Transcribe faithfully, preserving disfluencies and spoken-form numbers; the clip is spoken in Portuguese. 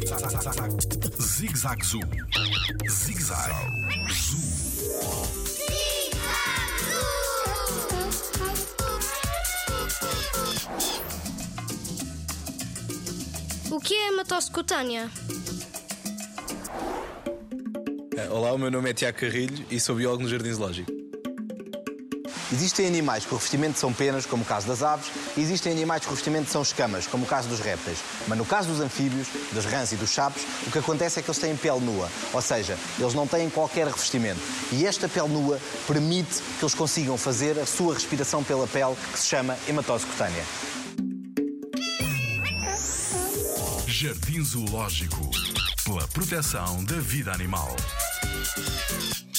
Zig-Zag Zoo. Zig-Zag Zoo. O que é hematose cutânea? Olá, o meu nome é Tiago Carrilho e sou biólogo no Jardim Zoológico. Existem animais que o revestimento são penas, como o caso das aves, e existem animais que o revestimento são escamas, como o caso dos répteis. Mas no caso dos anfíbios, dos rãs e dos sapos, o que acontece é que eles têm pele nua, ou seja, eles não têm qualquer revestimento. E esta pele nua permite que eles consigam fazer a sua respiração pela pele, que se chama hematose cutânea. Jardim Zoológico, pela proteção da vida animal.